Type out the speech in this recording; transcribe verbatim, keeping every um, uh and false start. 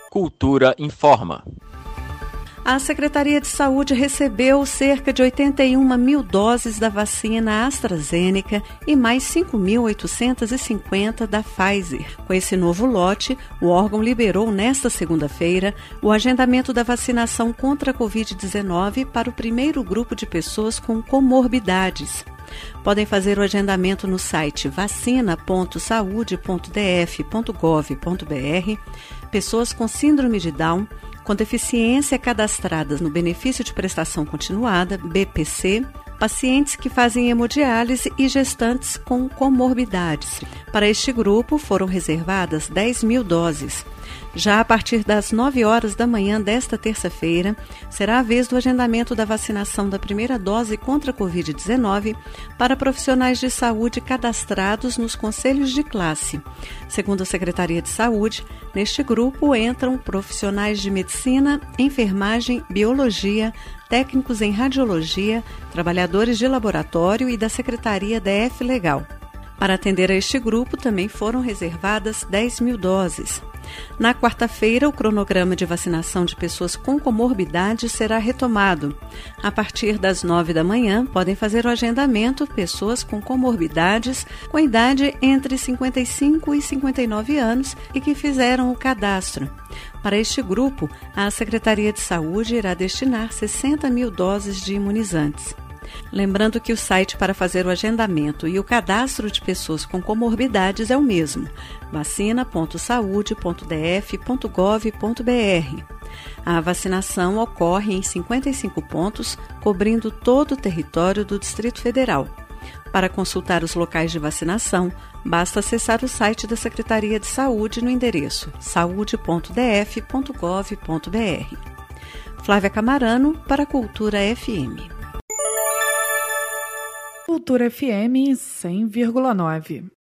Cultura informa. A Secretaria de Saúde recebeu cerca de oitenta e uma mil doses da vacina AstraZeneca e mais cinco mil oitocentos e cinquenta da Pfizer. Com esse novo lote, o órgão liberou nesta segunda-feira o agendamento da vacinação contra a covid dezenove para o primeiro grupo de pessoas com comorbidades. Podem fazer o agendamento no site vacina ponto saúde ponto d f ponto gov ponto b r, pessoas com síndrome de Down, com deficiência cadastradas no benefício de prestação continuada, B P C, pacientes que fazem hemodiálise e gestantes com comorbidades. Para este grupo foram reservadas dez mil doses. Já a partir das nove horas da manhã desta terça-feira, será a vez do agendamento da vacinação da primeira dose contra a covid dezenove para profissionais de saúde cadastrados nos conselhos de classe. Segundo a Secretaria de Saúde, neste grupo entram profissionais de medicina, enfermagem, biologia, técnicos em radiologia, trabalhadores de laboratório e da Secretaria D F Legal. Para atender a este grupo, também foram reservadas dez mil doses. Na quarta-feira, o cronograma de vacinação de pessoas com comorbidade será retomado. A partir das nove da manhã, podem fazer o agendamento pessoas com comorbidades com idade entre cinquenta e cinco e cinquenta e nove anos e que fizeram o cadastro. Para este grupo, a Secretaria de Saúde irá destinar sessenta mil doses de imunizantes. Lembrando que o site para fazer o agendamento e o cadastro de pessoas com comorbidades é o mesmo, vacina ponto saúde ponto d f ponto gov ponto b r. A vacinação ocorre em cinquenta e cinco pontos, cobrindo todo o território do Distrito Federal. Para consultar os locais de vacinação, basta acessar o site da Secretaria de Saúde no endereço saúde ponto d f ponto gov ponto b r. Flávia Camarano, para a Cultura F M. Cultura F M cem vírgula nove.